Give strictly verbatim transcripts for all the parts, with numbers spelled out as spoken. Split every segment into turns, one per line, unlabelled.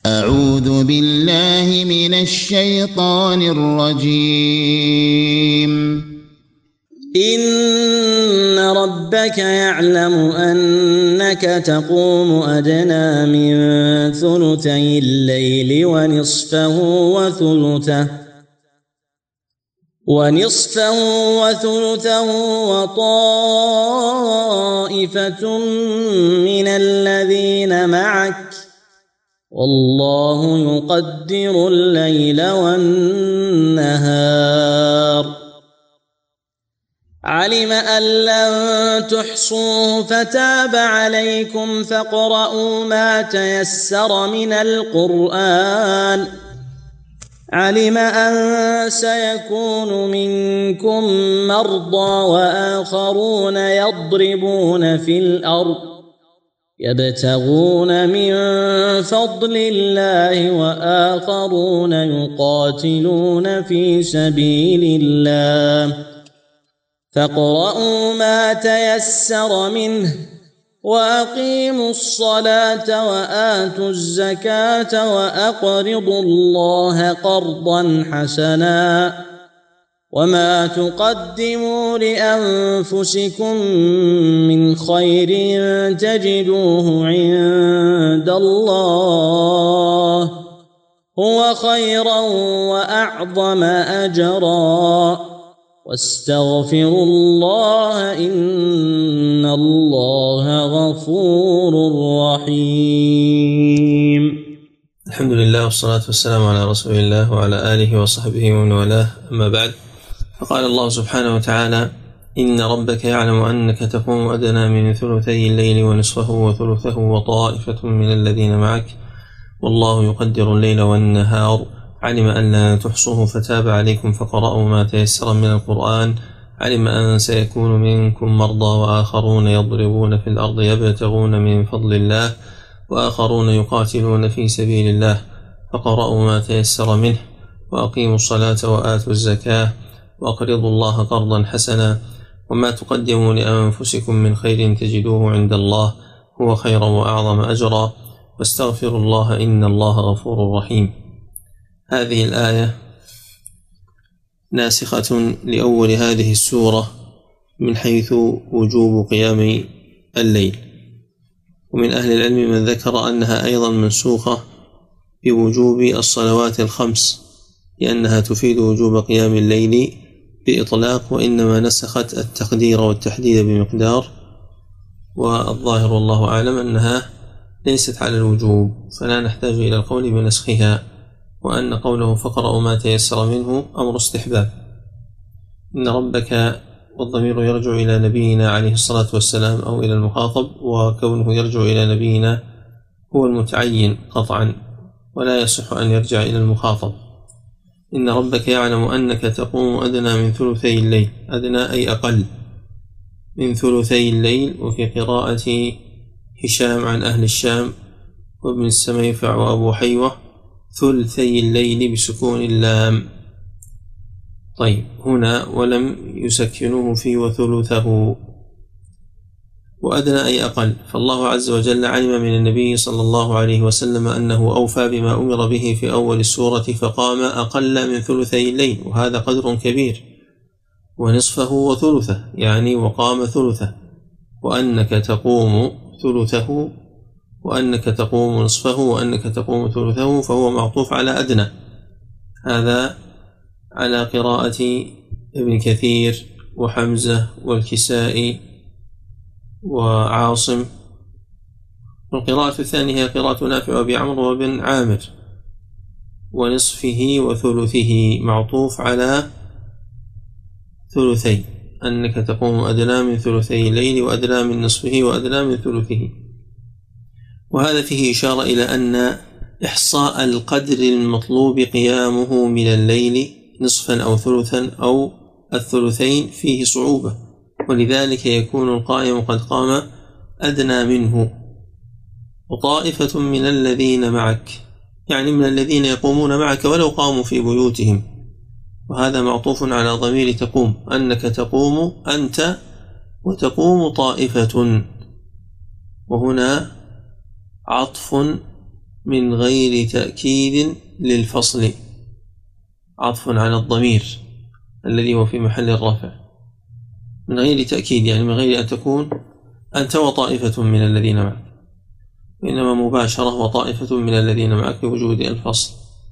أعوذ بالله من الشيطان الرجيم.
إن ربك يعلم أنك تقوم أدنى من ثلثي الليل ونصفه وثلثه ونصفه وثلثه وطائفة من الذين معك والله يقدر الليل والنهار. علم أن لن تحصوه فتاب عليكم فاقرؤوا ما تيسر من القرآن. علم أن سيكون منكم مرضى وآخرون يضربون في الأرض يبتغون من فضل الله وآخرون يقاتلون في سبيل الله فاقرؤوا ما تيسر منه وأقيموا الصلاة وآتوا الزكاة وأقرضوا الله قرضا حسنا وما تقدموا لأنفسكم من خير تجدوه عند الله هو خيرا وأعظم أجرا واستغفروا الله إن الله غفور رحيم.
الحمد لله والصلاة والسلام على رسول الله وعلى آله وصحبه ومن والاه، أما بعد، فقال الله سبحانه وتعالى: إن ربك يعلم أنك تقوم أدنى من ثلثي الليل ونصفه وثلثه وطائفة من الذين معك والله يقدر الليل والنهار. علم أن لا تحصوه فتاب عليكم فقرأوا ما تيسر من القرآن. علم أن سيكون منكم مرضى وآخرون يضربون في الأرض يبتغون من فضل الله وآخرون يقاتلون في سبيل الله فقرأوا ما تيسر منه وأقيموا الصلاة وآتوا الزكاة وأقرضوا الله قرضا حسنا وما تقدموا لأنفسكم من خير تجدوه عند الله هو خيرا وأعظم أجرا واستغفروا الله إن الله غفور رحيم. هذه الآية ناسخة لأول هذه السورة من حيث وجوب قيام الليل، ومن أهل العلم من ذكر أنها أيضا منسوخة بوجوب الصلوات الخمس لأنها تفيد وجوب قيام الليل بإطلاق، وإنما نسخت التقدير والتحديد بمقدار، والظاهر والله أعلم أنها ليست على الوجوب، فلا نحتاج إلى القول بنسخها، وأن قوله فقرأوا ما تيسر منه أمر استحباب. إن ربك والضمير يرجع إلى نبينا عليه الصلاة والسلام أو إلى المخاطب، وكونه يرجع إلى نبينا هو المتعين قطعا ولا يصح أن يرجع إلى المخاطب. إن ربك يعلم أنك تقوم أدنى من ثلثي الليل، أدنى أي أقل من ثلثي الليل، وفي قراءة هشام عن أهل الشام وابن السميفع وأبو حيوة ثلثي الليل بسكون اللام. طيب، هنا ولم يسكنوه في وثلثه، وأدنى أي أقل، فالله عز وجل علم من النبي صلى الله عليه وسلم أنه أوفى بما أمر به في أول السورة فقام أقل من ثلثي الليل، وهذا قدر كبير، ونصفه وثلثه يعني وقام ثلثه، وأنك تقوم ثلثه وأنك تقوم نصفه وأنك تقوم ثلثه، فهو معطوف على أدنى. هذا على قراءة ابن كثير وحمزة والكسائي وعاصم، والقراءة الثانية هي قراءة نافع وأبي عمرو وابن عامر. ونصفه وثلثه معطوف على ثلثي، أنك تقوم أدنى من ثلثي الليل وأدنى من نصفه وأدنى من ثلثه. وهذا فيه إشارة إلى أن إحصاء القدر المطلوب قيامه من الليل نصفا أو ثلثا أو الثلثين فيه صعوبة، ولذلك يكون القائم قد قام أدنى منه. وطائفة من الذين معك، يعني من الذين يقومون معك ولو قاموا في بيوتهم، وهذا معطوف على ضمير تقوم، أنك تقوم أنت وتقوم طائفة، وهنا عطف من غير تأكيد للفصل، عطف على الضمير الذي هو في محل الرفع، من غير تأكيد يعني من غير أن تكون أنت وطائفة من الذين معك، إنما مباشرة وطائفة من الذين معك بوجود الفصل.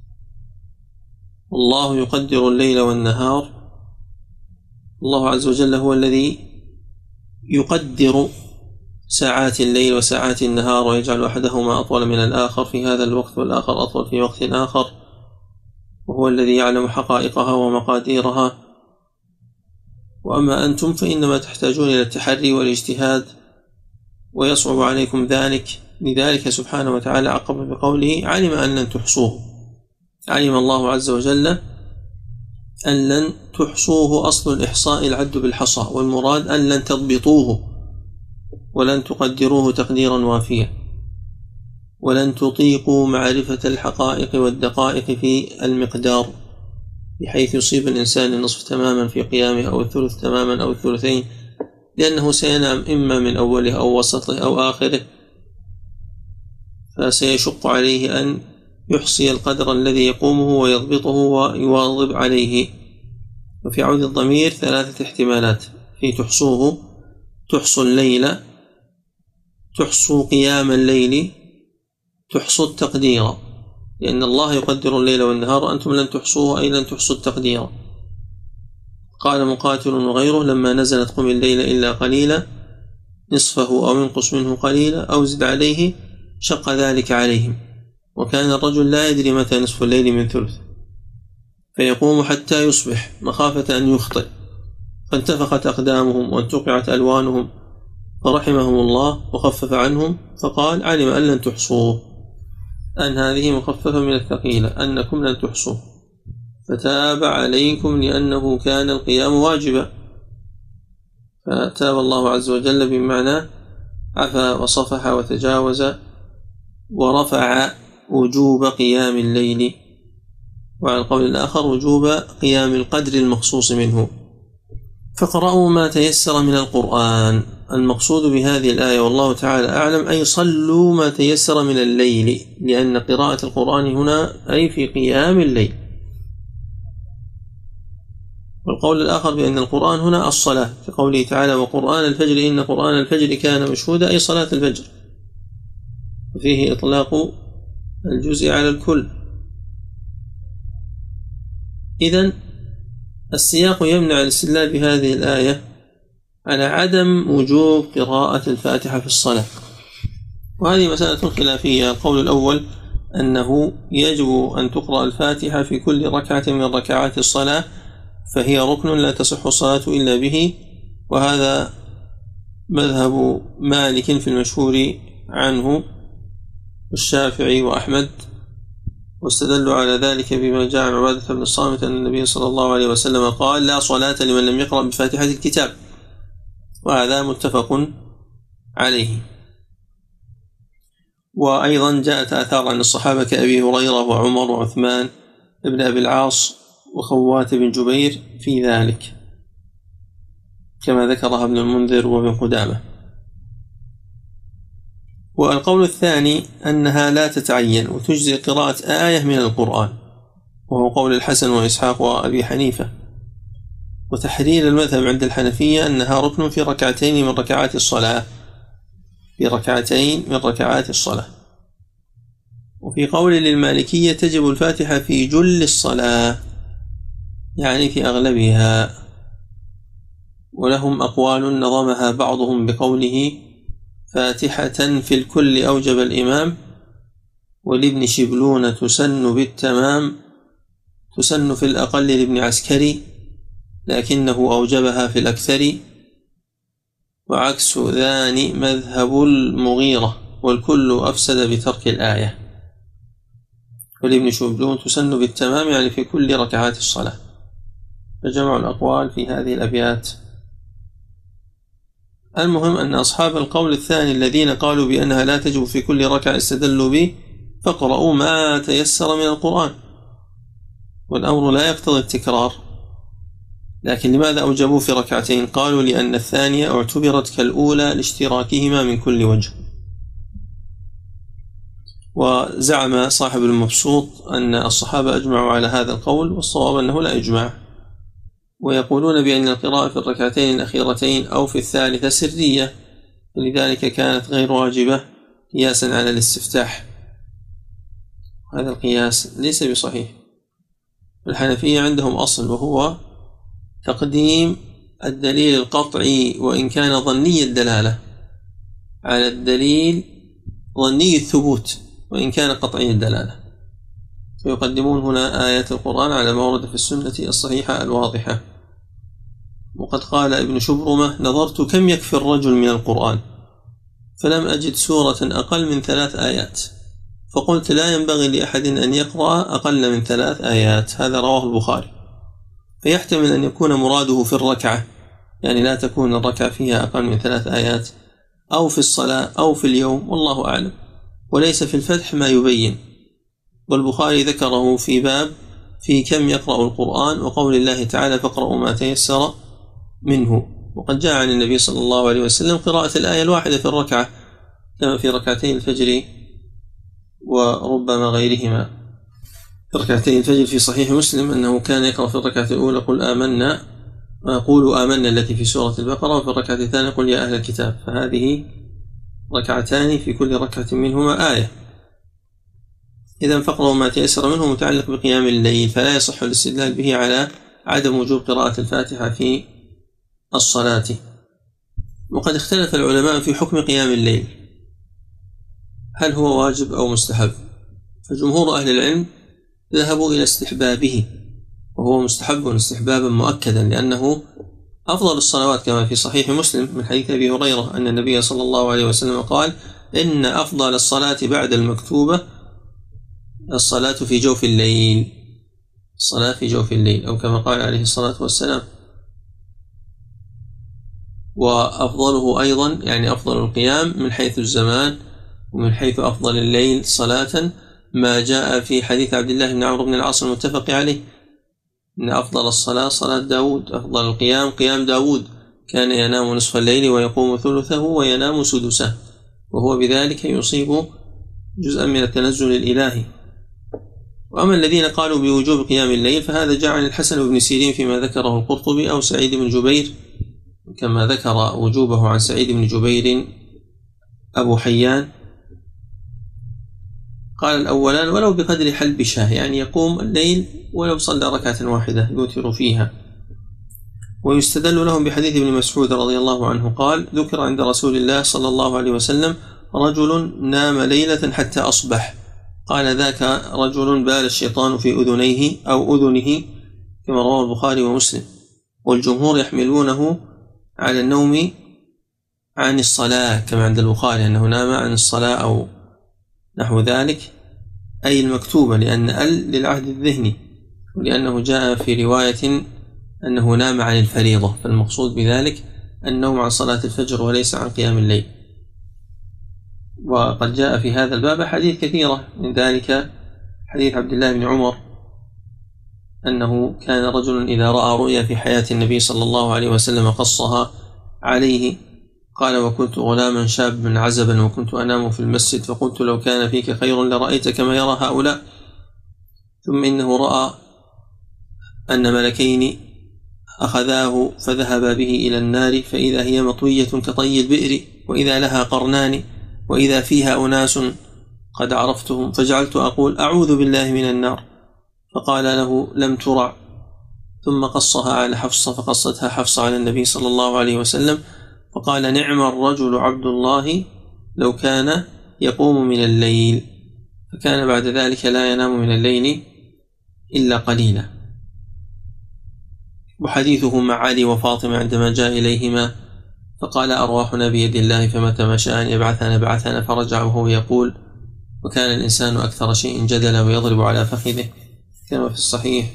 والله يقدر الليل والنهار، الله عز وجل هو الذي يقدر ساعات الليل وساعات النهار، ويجعل أحدهما أطول من الآخر في هذا الوقت والآخر أطول في وقت آخر، وهو الذي يعلم حقائقها ومقاديرها. وأما أنتم فإنما تحتاجون إلى التحري والاجتهاد ويصعب عليكم ذلك، لذلك سبحانه وتعالى عقب بقوله علم أن لن تحصوه. علم الله عز وجل أن لن تحصوه، أصل الإحصاء العد بالحصى، والمراد أن لن تضبطوه ولن تقدروه تقديرا وافيا، ولن تطيقوا معرفة الحقائق والدقائق في المقدار بحيث يصيب الإنسان النصف تماما في قيامه أو الثلث تماما أو الثلثين، لأنه سينام إما من أوله أو وسطه أو آخره، فسيشق عليه أن يحصي القدر الذي يقومه ويضبطه ويواظب عليه. وفي عود الضمير ثلاثة احتمالات في تحصوه: تحصوا الليل، تحصوا قيام الليل، تحصوا التقدير، لأن الله يقدر الليل والنهار وأنتم لن تحصوه أي لن تحصوا التقدير. قال مقاتل وغيره لما نزلت قم الليل إلا قليلا نصفه أو انقص منه قليلا أو زد عليه شق ذلك عليهم، وكان الرجل لا يدري متى نصف الليل من ثلث فيقوم حتى يصبح مخافة أن يخطئ، فانتفخت أقدامهم وانتقعت ألوانهم فرحمهم الله وخفف عنهم، فقال علم أن لن تحصوه، أن هذه مخففة من الثقيلة أنكم لن تحصوه، فتاب عليكم لأنه كان القيام واجبا، فتاب الله عز وجل بمعنى عفا وصفح وتجاوز ورفع وجوب قيام الليل، وعلى القول الآخر وجوب قيام القدر المخصوص منه. فقرأوا ما تيسر من القرآن، المقصود بهذه الآية والله تعالى أعلم أي صلوا ما تيسر من الليل، لأن قراءة القرآن هنا أي في قيام الليل. والقول الآخر بأن القرآن هنا الصلاة، في قوله تعالى وقرآن الفجر إن قرآن الفجر كان مشهودا، أي صلاة الفجر، وفيه إطلاق الجزء على الكل. إذن السياق يمنع الاستدلال بهذه الآية على عدم وجوب قراءة الفاتحة في الصلاة، وهذه مسألة خلافية. القول الأول أنه يجب أن تقرأ الفاتحة في كل ركعة من ركعات الصلاة، فهي ركن لا تصح الصلاة إلا به، وهذا مذهب مالك في المشهور عنه والشافعي وأحمد، واستدلوا على ذلك بما جاء عن عبادة بن الصامت أن النبي صلى الله عليه وسلم قال لا صلاة لمن لم يقرأ بفاتحة الكتاب، وهذا متفق عليه. وأيضا جاءت آثار عن الصحابة كأبي هريرة وعمر وعثمان ابن أبي العاص وخوات بن جبير في ذلك كما ذكرها ابن المنذر وابن قدامة. والقول الثاني أنها لا تتعين وتجزي قراءة آية من القرآن، وهو قول الحسن وإسحاق وأبي حنيفة. وتحرير المذهب عند الحنفية أنها ركن في ركعتين من ركعات الصلاة، في ركعتين من ركعات الصلاة. وفي قول للمالكية تجب الفاتحة في جل الصلاة، يعني في أغلبها، ولهم أقوال نظمها بعضهم بقوله فاتحة في الكل أوجب الإمام، ولابن شبلون تسن بالتمام، تسن في الأقل لابن عسكري لكنه أوجبها في الأكثر، وعكس ذاني مذهب المغيرة والكل أفسد بترك الآية، ولابن شبلون تسن بالتمام يعني في كل ركعات الصلاة، فجمع الأقوال في هذه الأبيات. المهم أن أصحاب القول الثاني الذين قالوا بأنها لا تجب في كل ركعة استدلوا به فقرأوا ما تيسر من القرآن، والأمر لا يقتضي التكرار. لكن لماذا أوجبوا في ركعتين؟ قالوا لأن الثانية اعتبرت كالأولى لاشتراكهما من كل وجه. وزعم صاحب المبسوط أن الصحابة أجمعوا على هذا القول، والصواب أنه لا إجماع، ويقولون بأن القراءة في الركعتين الأخيرتين أو في الثالثة سرية، لذلك كانت غير واجبة قياسا على الاستفتاح. هذا القياس ليس بصحيح. الحنفية عندهم أصل، وهو تقديم الدليل القطعي وإن كان ظني الدلالة على الدليل ظني الثبوت وإن كان قطعي الدلالة، فيقدمون هنا آيات القرآن على ما ورد في السنة الصحيحة الواضحة. وقد قال ابن شبرمة: نظرت كم يكفي الرجل من القرآن فلم أجد سورة أقل من ثلاث آيات، فقلت لا ينبغي لأحد أن يقرأ أقل من ثلاث آيات. هذا رواه البخاري. فيحتمل أن يكون مراده في الركعة، يعني لا تكون الركعة فيها أقل من ثلاث آيات، أو في الصلاة أو في اليوم، والله أعلم، وليس في الفتح ما يبين. والبخاري ذكره في باب في كم يقرأ القرآن وقول الله تعالى: فاقرأوا ما تيسر منه. وقد جاء عن النبي صلى الله عليه وسلم قراءة الآية الواحدة في الركعة، كما في ركعتي الفجر وربما غيرهما. في ركعتي الفجر في صحيح مسلم أنه كان يقرأ في الركعة الأولى: قل آمنا قولوا آمنا التي في سورة البقرة، وفي الركعة الثانية: قل يا أهل الكتاب. فهذه ركعتان في كل ركعة منهما آية. إذا فاقرأوا ما تيسر منه متعلق بقيام الليل، فلا يصح الاستدلال به على عدم وجوب قراءة الفاتحة في الصلاة. وقد اختلف العلماء في حكم قيام الليل، هل هو واجب أو مستحب؟ فجمهور أهل العلم ذهبوا إلى استحبابه، وهو مستحب استحبابا مؤكدا، لأنه أفضل الصلوات، كما في صحيح مسلم من حديث أبي هريرة أن النبي صلى الله عليه وسلم قال: إن أفضل الصلاة بعد المكتوبة الصلاة في جوف الليل، الصلاة في جوف الليل، أو كما قال عليه الصلاة والسلام. وأفضله أيضا، يعني أفضل القيام من حيث الزمان ومن حيث أفضل الليل صلاة، ما جاء في حديث عبد الله بن عمرو بن العاص المتفق عليه: إن أفضل الصلاة صلاة داود، أفضل القيام قيام داود، كان ينام نصف الليل ويقوم ثلثه وينام سدسه، وهو بذلك يصيب جزءا من التنزل الإلهي. وأما الذين قالوا بوجوب قيام الليل فهذا جاء عن الحسن بن سيرين فيما ذكره القرطبي، أو سعيد بن جبير كما ذكر وجوبه عن سعيد بن جبير أبو حيان. قال الأولان: ولو بقدر حلب شاه، يعني يقوم الليل ولو صلى ركعة واحدة يوتر فيها. ويستدل لهم بحديث ابن مسعود رضي الله عنه قال: ذكر عند رسول الله صلى الله عليه وسلم رجل نام ليلة حتى أصبح، قال: ذاك رجل بال الشيطان في أذنيه أو أذنه، كما رواه البخاري ومسلم. والجمهور يحملونه على النوم عن الصلاة، كما عند البخاري أنه نام عن الصلاة أو نحو ذلك، أي المكتوبة، لأن ال للعهد الذهني، ولأنه جاء في رواية أنه نام عن الفريضة، فالمقصود بذلك النوم عن صلاة الفجر وليس عن قيام الليل. وقد جاء في هذا الباب حديث كثيرة، من ذلك حديث عبد الله بن عمر أنه كان رجل إذا رأى رؤيا في حياة النبي صلى الله عليه وسلم قصها عليه، قال: وكنت غلاما شابا عزبا وكنت أنام في المسجد، فقلت لو كان فيك خير لرأيت كما يرى هؤلاء. ثم إنه رأى أن ملكين أخذاه فذهبا به إلى النار، فإذا هي مطوية كطي البئر، وإذا لها قرنان، وإذا فيها أناس قد عرفتهم، فجعلت أقول: أعوذ بالله من النار. فقال له: لم ترع. ثم قصها على حفصة، فقصتها حفصة على النبي صلى الله عليه وسلم، فقال: نعم الرجل عبد الله لو كان يقوم من الليل. فكان بعد ذلك لا ينام من الليل إلا قليلا. وحديثه مع علي وفاطمة عندما جاء إليهما فقال: أرواحنا بيد الله، فمتى ما شاء أن يبعثنا بعثنا، فرجع وهو يقول: وكان الإنسان أكثر شيء جدلا ويضرب على فخذه، كما في الصحيح.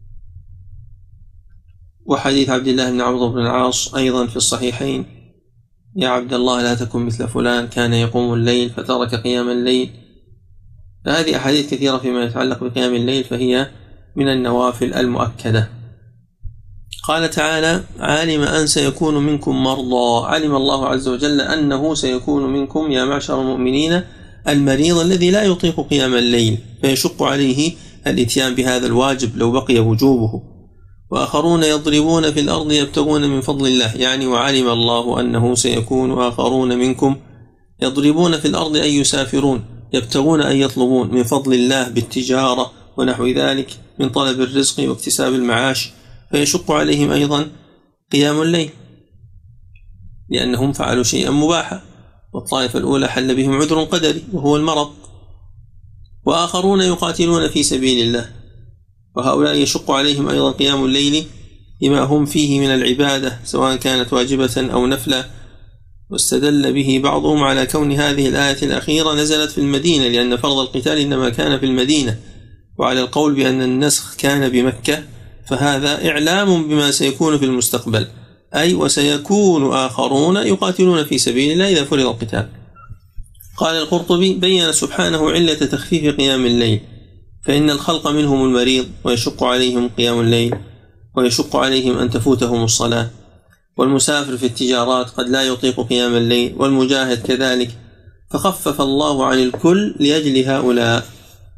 وحديث عبد الله بن عمرو بن العاص أيضا في الصحيحين: يا عبد الله لا تكن مثل فلان كان يقوم الليل فترك قيام الليل. فهذه أحاديث كثيرة فيما يتعلق بقيام الليل، فهي من النوافل المؤكدة. قال تعالى: علم أن سيكون منكم مرضى، علم الله عز وجل أنه سيكون منكم يا معشر المؤمنين المريض الذي لا يطيق قيام الليل فيشق عليه الاتيان بهذا الواجب لو بقي وجوبه. وآخرون يضربون في الأرض يبتغون من فضل الله، يعني وعلم الله أنه سيكون آخرون منكم يضربون في الأرض أي يسافرون، يبتغون أن يطلبون من فضل الله بالتجارة ونحو ذلك من طلب الرزق واكتساب المعاش، فيشق عليهم أيضا قيام الليل لأنهم فعلوا شيئا مباحا. والطائفة الأولى حل بهم عذر قدري وهو المرض. وآخرون يقاتلون في سبيل الله، وهؤلاء يشق عليهم أيضا قيام الليل لما هم فيه من العبادة سواء كانت واجبة أو نفلة. واستدل به بعضهم على كون هذه الآية الأخيرة نزلت في المدينة لأن فرض القتال إنما كان في المدينة، وعلى القول بأن النسخ كان بمكة، فهذا إعلام بما سيكون في المستقبل، أي وسيكون آخرون يقاتلون في سبيل الله إذا فرض القتال. قال القرطبي: بين سبحانه علة تخفيف قيام الليل، فإن الخلق منهم المريض ويشق عليهم قيام الليل، ويشق عليهم أن تفوتهم الصلاة، والمسافر في التجارات قد لا يطيق قيام الليل، والمجاهد كذلك، فخفف الله عن الكل لأجل هؤلاء.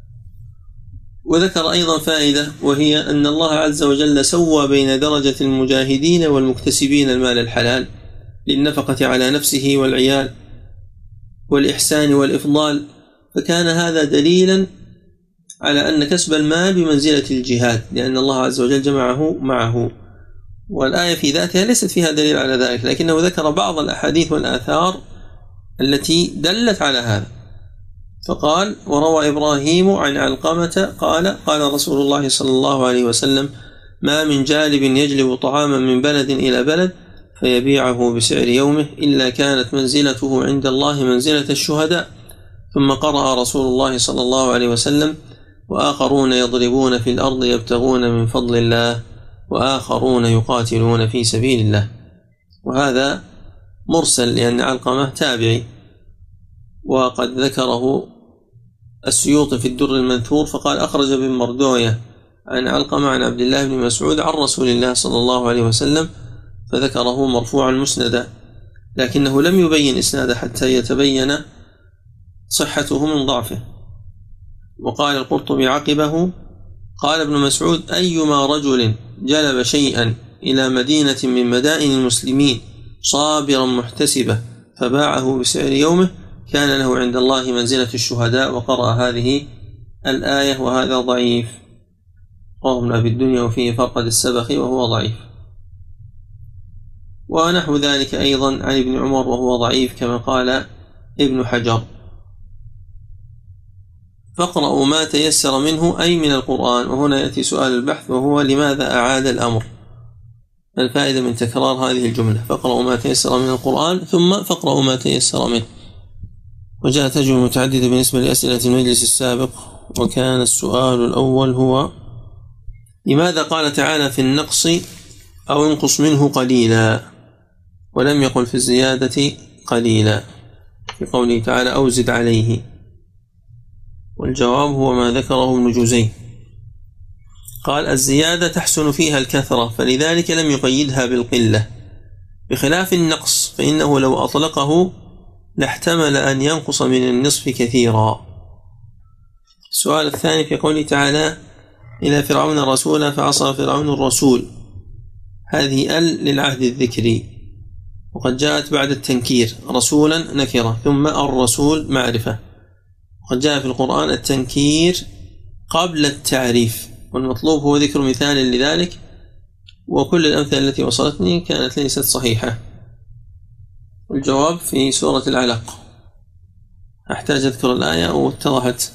وذكر أيضا فائدة، وهي أن الله عز وجل سوى بين درجة المجاهدين والمكتسبين المال الحلال للنفقة على نفسه والعيال والإحسان والإفضال، فكان هذا دليلا على أن كسب المال بمنزلة الجهاد، لأن الله عز وجل جمعه معه. والآية في ذاتها ليست فيها دليل على ذلك، لكنه ذكر بعض الأحاديث والآثار التي دلت على هذا. فقال: وروى إبراهيم عن علقمة قال: قال رسول الله صلى الله عليه وسلم: ما من جالب يجلب طعاما من بلد إلى بلد فيبيعه بسعر يومه إلا كانت منزلته عند الله منزلة الشهداء. ثم قرأ رسول الله صلى الله عليه وسلم: وآخرون يضربون في الأرض يبتغون من فضل الله وآخرون يقاتلون في سبيل الله. وهذا مرسل لأن علقمة تابعي، وقد ذكره السيوطي في الدر المنثور فقال: أخرج ابن مردوية عن علقمة عن عبد الله بن مسعود عن رسول الله صلى الله عليه وسلم، فذكره مرفوعا مسندا، لكنه لم يبين إسناده حتى يتبين صحته من ضعفه. وقال القرطبي عقبه: قال ابن مسعود: أيما رجل جلب شيئا إلى مدينة من مدائن المسلمين صابرا محتسبا فباعه بسعر يومه كان له عند الله منزلة الشهداء. وقرأ هذه الآية وهذا ضعيف. رواه ابن أبي الدنيا وفيه فرقد السبخي وهو ضعيف. ونحو ذلك أيضا عن ابن عمر وهو ضعيف كما قال ابن حجر. فاقرأوا ما تيسر منه أي من القرآن. وهنا يأتي سؤال البحث، وهو لماذا أعاد الأمر؟ الفائدة من تكرار هذه الجملة: فاقرأوا ما تيسر من القرآن ثم فاقرأوا ما تيسر منه. وجاءت أجوبة متعددة بالنسبة لأسئلة المجلس السابق، وكان السؤال الأول هو: لماذا قال تعالى في النقص أو انقص منه قليلا ولم يقل في الزيادة قليلا في قوله تعالى أو زد عليه؟ والجواب هو ما ذكره ابن جوزي، قال: الزيادة تحسن فيها الكثرة فلذلك لم يقيدها بالقلة، بخلاف النقص فإنه لو أطلقه لاحتمل أن ينقص من النصف كثيرا. السؤال الثاني في قوله تعالى إلى فرعون رسولا فعصى فرعون الرسول، هذه ال للعهد الذكري، وقد جاءت بعد التنكير، رسولا نكرة ثم الرسول معرفة. وقد جاء في القرآن التنكير قبل التعريف، والمطلوب هو ذكر مثال لذلك، وكل الأمثلة التي وصلتني كانت ليست صحيحة. والجواب في سورة العلق، أحتاج أذكر الآية أو اتضحت؟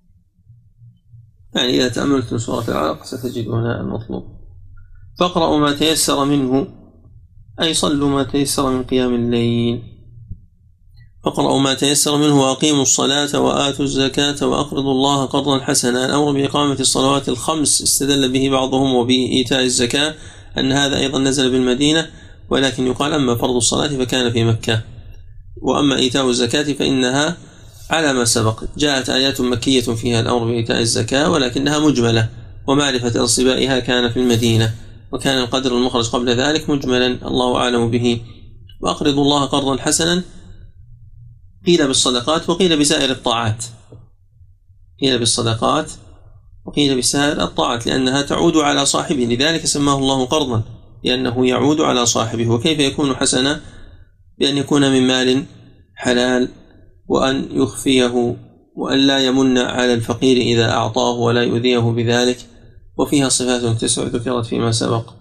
يعني إذا تأملت سورة العلق ستجدون المطلوب. فاقرأوا ما تيسر منه أي صلوا ما تيسر من قيام الليل. فاقرأوا ما تيسر منه وأقيموا الصلاة وآتوا الزكاة وأقرضوا الله قرضا حسنا. الأمر بإقامة الصلوات الخمس استدل به بعضهم وبإيتاء الزكاة أن هذا أيضا نزل بالمدينة، ولكن يقال أما فرض الصلاة فكان في مكة، وأما إيتاء الزكاة فإنها على ما سبق. جاءت آيات مكية فيها الأمر بإيتاء الزكاة ولكنها مجملة، ومعرفة انصبائها كان في المدينة، وكان القدر المخرج قبل ذلك مجملا الله أعلم به. وأقرضوا الله قرضا حسنا قيل بالصدقات وقيل بسائر الطاعات، قيل بالصدقات وقيل بسائر الطاعات، لأنها تعود على صاحبه، لذلك سماه الله قرضا، لأنه يعود على صاحبه. وكيف يكون حسنا؟ بأن يكون من مال حلال، وأن يخفيه، وأن لا يمن على الفقير إذا أعطاه ولا يؤذيه بذلك. وفيها صفات تسع ذكرت فيما سبق.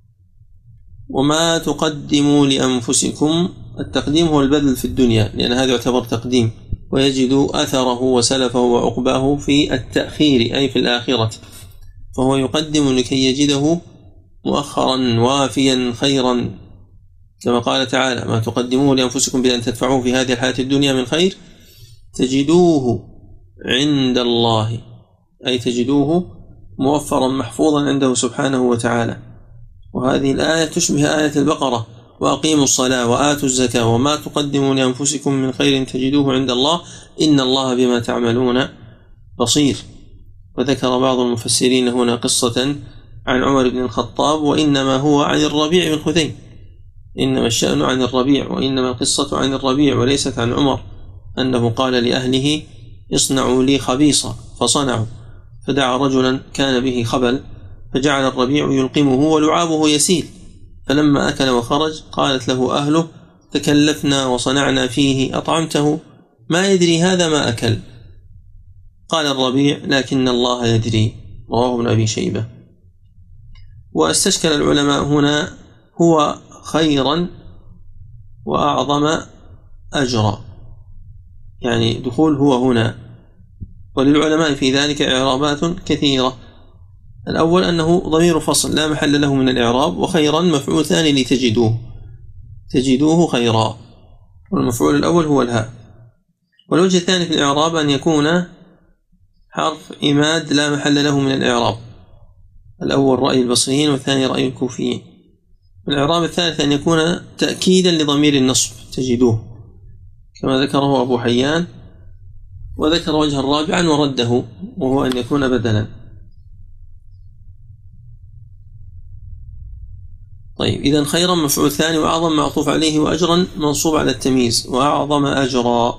وما تقدموا لأنفسكم، التقديم هو البذل في الدنيا، لأن هذا يعتبر تقديم، ويجد أثره وسلفه وعقباه في التأخير أي في الآخرة، فهو يقدم لكي يجده مؤخرا وافيا خيرا، كما قال تعالى: ما تقدموه لأنفسكم بأن تدفعوه في هذه الحياة الدنيا من خير تجدوه عند الله، أي تجدوه موفرا محفوظا عنده سبحانه وتعالى. وهذه الآية تشبه آية البقرة: وأقيموا الصلاة وآتوا الزكاة وما تقدموا لأنفسكم من خير تجدوه عند الله إن الله بما تعملون بصير. وذكر بعض المفسرين هنا قصة عن عمر بن الخطاب: وإنما هو عن الربيع بن خثيم، إنما الشأن عن الربيع، وإنما القصة عن الربيع وليست عن عمر، أنه قال لأهله: اصنعوا لي خبيصة، فصنعوا، فدعا رجلا كان به خبل، فجعل الربيع يلقمه ولعابه يسيل، فلما أكل وخرج قالت له أهله: تكلفنا وصنعنا فيه، أطعمته؟ ما يدري هذا ما أكل. قال الربيع: لكن الله يدري. رواه ابن أبي شيبة. واستشكل العلماء هنا هو خيرا وأعظم أجرا، يعني دخول هو هنا، وللعلماء في ذلك إعرابات كثيرة. الأول أنه ضمير فصل لا محل له من الإعراب، وخيرا مفعول ثاني لتجدوه، تجدوه خيرا، والمفعول الأول هو الهاء. والوجه الثاني في الإعراب أن يكون حرف إماد لا محل له من الإعراب، الأول رأي البصريين والثاني رأي الكوفيين. والإعراب الثالث أن يكون تأكيدا لضمير النصب تجدوه، كما ذكره أبو حيان، وذكر وجها رابعا ورده، وهو أن يكون بدلا. طيب، إذن خيرا مفعول ثاني، وأعظم معطوف عليه، وأجرا منصوب على التمييز، وأعظم أجرا.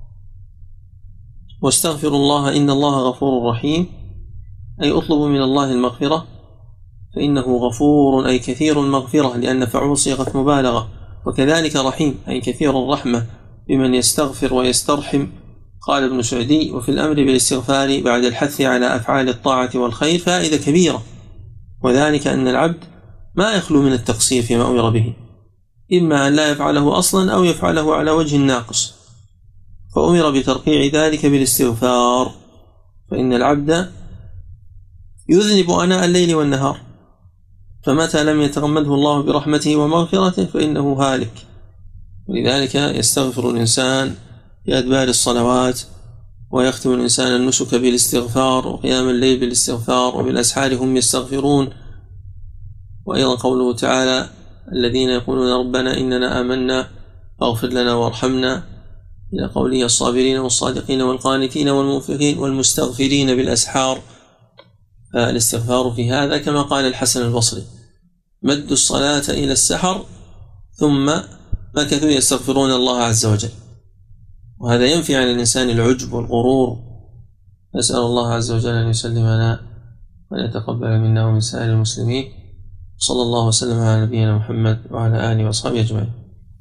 واستغفر الله إن الله غفور رحيم، أي اطلبوا من الله المغفرة فإنه غفور، أي كثير المغفرة، لأن فعول صيغة مبالغة. وكذلك رحيم، أي كثير الرحمة بمن يستغفر ويسترحم. قال ابن سعدي: وفي الأمر بالاستغفار بعد الحث على أفعال الطاعة والخير فائدة كبيرة، وذلك أن العبد ما يخلو من التقصير فيما أمر به، إما أن لا يفعله أصلا أو يفعله على وجه ناقص، فأمر بترقيع ذلك بالاستغفار، فإن العبد يذنب آناء الليل والنهار، فمتى لم يتغمده الله برحمته ومغفرته فإنه هالك. ولذلك يستغفر الإنسان في أدبار الصلوات، ويختم الإنسان النسك بالاستغفار، وقيام الليل بالاستغفار، وبالأسحار هم يستغفرون. وأيضا قوله تعالى: الذين يقولون ربنا إننا آمنا فاغفر لنا وارحمنا، إلى قوله: الصابرين والصادقين والقانتين والمنفقين والمستغفرين بالأسحار. فالاستغفار في هذا كما قال الحسن البصري: مد الصلاة إلى السحر ثم مكثوا يستغفرون الله عز وجل. وهذا ينفي عن الإنسان العجب والغرور. نسأل الله عز وجل أن يسلمنا وأن يتقبل منا ومن سائر المسلمين. صلى الله وسلم على نبينا محمد وعلى آله وأصحابه أجمعين.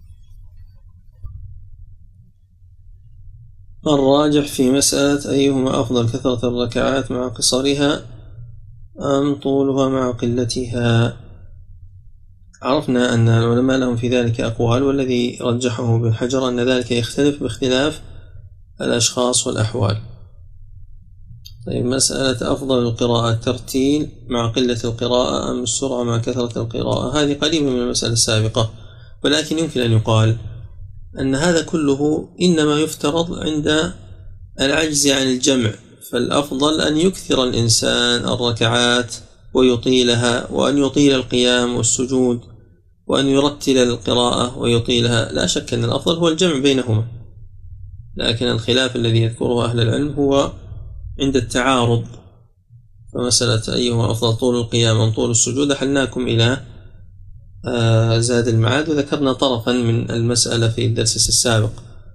الراجح في مسألة أيهما أفضل، كثرة الركعات مع قصرها أم طولها مع قلتها؟ عرفنا أن العلماء لهم في ذلك أقوال، والذي رجحه ابن حجر أن ذلك يختلف باختلاف الأشخاص والأحوال. طيب، مسألة أفضل القراءة الترتيل مع قلة القراءة أم السرعة مع كثرة القراءة؟ هذه قريبة من المسألة السابقة، ولكن يمكن أن يقال أن هذا كله إنما يفترض عند العجز عن الجمع، فالأفضل أن يكثر الإنسان الركعات ويطيلها، وأن يطيل القيام والسجود، وأن يرتل القراءة ويطيلها. لا شك أن الأفضل هو الجمع بينهما، لكن الخلاف الذي يذكره أهل العلم هو عند التعارض. فمسألة أيهما أفضل، طول القيام أم طول السجود، حلناكم إلى زاد المعاد، وذكرنا طرفا من المسألة في الدرس السابق،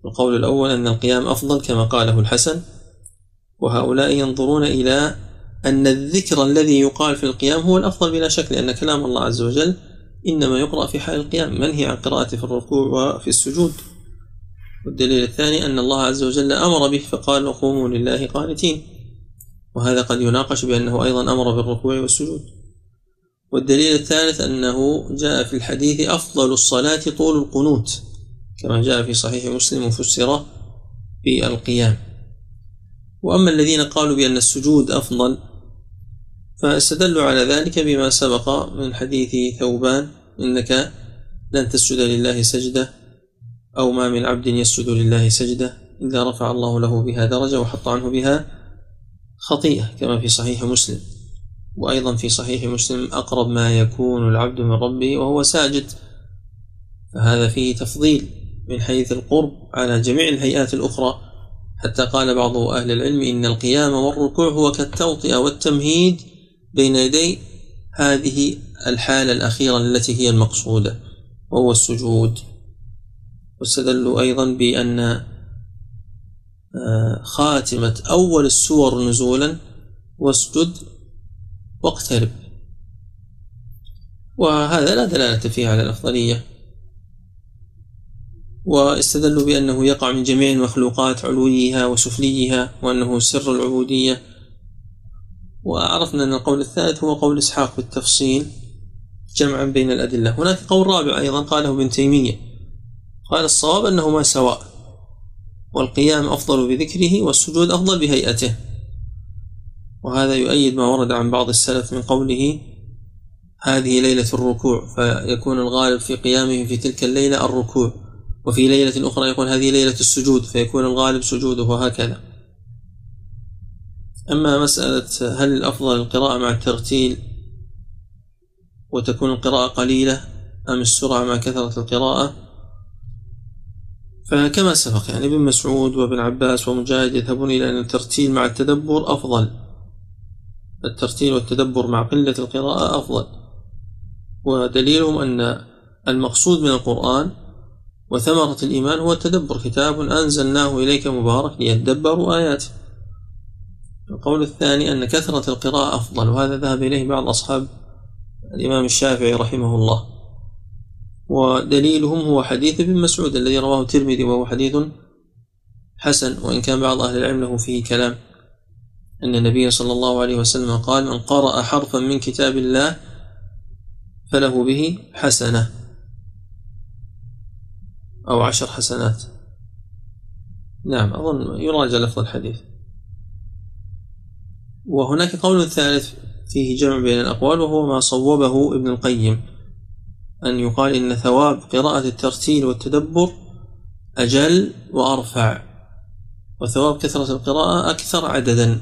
القول الأول أن القيام أفضل كما قاله الحسن، وهؤلاء ينظرون إلى أن الذكر الذي يقال في القيام هو الأفضل بلا شك، لأن كلام الله عز وجل إنما يقرأ في حال القيام، منهي عن قراءته في الركوع وفي السجود. والدليل الثاني أن الله عز وجل أمر به فقال وقوموا لله قانتين، وهذا قد يناقش بأنه أيضا أمر بالركوع والسجود. والدليل الثالث أنه جاء في الحديث أفضل الصلاة طول القنوت كما جاء في صحيح مسلم وفسر بالقيام. وأما الذين قالوا بأن السجود أفضل فاستدلوا على ذلك بما سبق من حديث ثوبان إنك لن تسجد لله سجدة أو ما من عبد يسجد لله سجدة إلا رفع الله له بها درجة وحط عنه بها خطيئة كما في صحيح مسلم. وأيضا في صحيح مسلم أقرب ما يكون العبد من ربه وهو ساجد، فهذا فيه تفضيل من حيث القرب على جميع الهيئات الأخرى، حتى قال بعض أهل العلم إن القيام والركوع هو كالتوطئة والتمهيد بين يدي هذه الحالة الأخيرة التي هي المقصودة وهو السجود. واستدلوا أيضا بأن خاتمة أول السور نزولا واسجد واقترب، وهذا لا دلالة فيه على الأفضلية. واستدلوا بأنه يقع من جميع المخلوقات علويها وسفليها وأنه سر العبودية. وعرفنا أن القول الثالث هو قول إسحاق بالتفصيل جمعا بين الأدلة. هناك قول رابع أيضا قاله ابن تيمية، قال الصواب أنهما سواء، والقيام أفضل بذكره والسجود أفضل بهيئته، وهذا يؤيد ما ورد عن بعض السلف من قوله هذه ليلة الركوع، فيكون الغالب في قيامه في تلك الليلة الركوع، وفي ليلة أخرى يقول هذه ليلة السجود فيكون الغالب سجوده، وهكذا. أما مسألة هل الأفضل القراءة مع الترتيل وتكون القراءة قليلة أم السرعة مع كثرة القراءة، فكما سبق يعني ابن مسعود وابن عباس ومجاهد يذهبون إلى أن الترتيل مع التدبر أفضل، الترتيل والتدبر مع قلة القراءة أفضل. ودليلهم أن المقصود من القرآن وثمرة الإيمان هو التدبر، كتاب أنزلناه إليك مبارك ليتدبروا آياته. القول الثاني أن كثرة القراءة أفضل، وهذا ذهب إليه بعض أصحاب الإمام الشافعي رحمه الله. ودليلهم هو حديث ابن مسعود الذي رواه الترمذي وهو حديث حسن، وإن كان بعض أهل العلم له فيه كلام، أن النبي صلى الله عليه وسلم قال من قرأ حرفا من كتاب الله فله به حسنة أو عشر حسنات. نعم أظن يراجع لفظ الحديث. وهناك قول ثالث فيه جمع بين الأقوال وهو ما صوبه ابن القيم، أن يقال إن ثواب قراءة الترتيل والتدبر أجل وأرفع، وثواب كثرة القراءة أكثر عددا،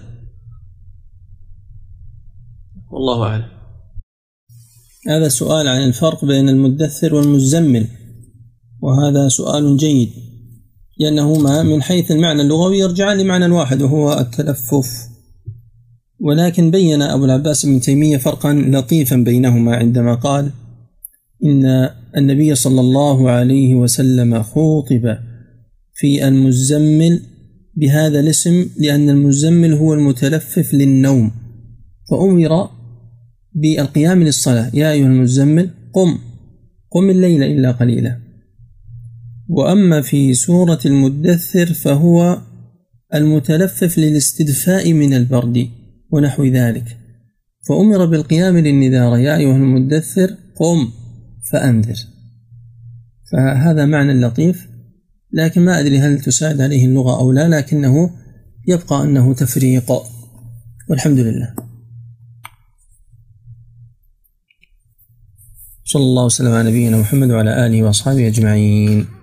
والله أعلم.
هذا سؤال عن الفرق بين المدثر والمزمل، وهذا سؤال جيد لأنهما من حيث المعنى اللغوي يرجعان لمعنى واحد وهو التلفف، ولكن بين أبو العباس ابن تيمية فرقا لطيفا بينهما عندما قال إن النبي صلى الله عليه وسلم خوطب في المزمل بهذا الاسم لأن المزمل هو المتلفف للنوم، فأمر بالقيام للصلاة يا أيها المزمل قم قم الليل إلا قليلا. وأما في سورة المدثر فهو المتلفف للاستدفاء من البرد ونحو ذلك، فأمر بالقيام للنذار يا أيها المدثر قم فأنذر. فهذا معنى لطيف، لكن ما أدري هل تساعد عليه اللغة أو لا، لكنه يبقى أنه تفريق، والحمد لله. صلى الله وسلم على نبينا محمد وعلى آله وأصحابه أجمعين.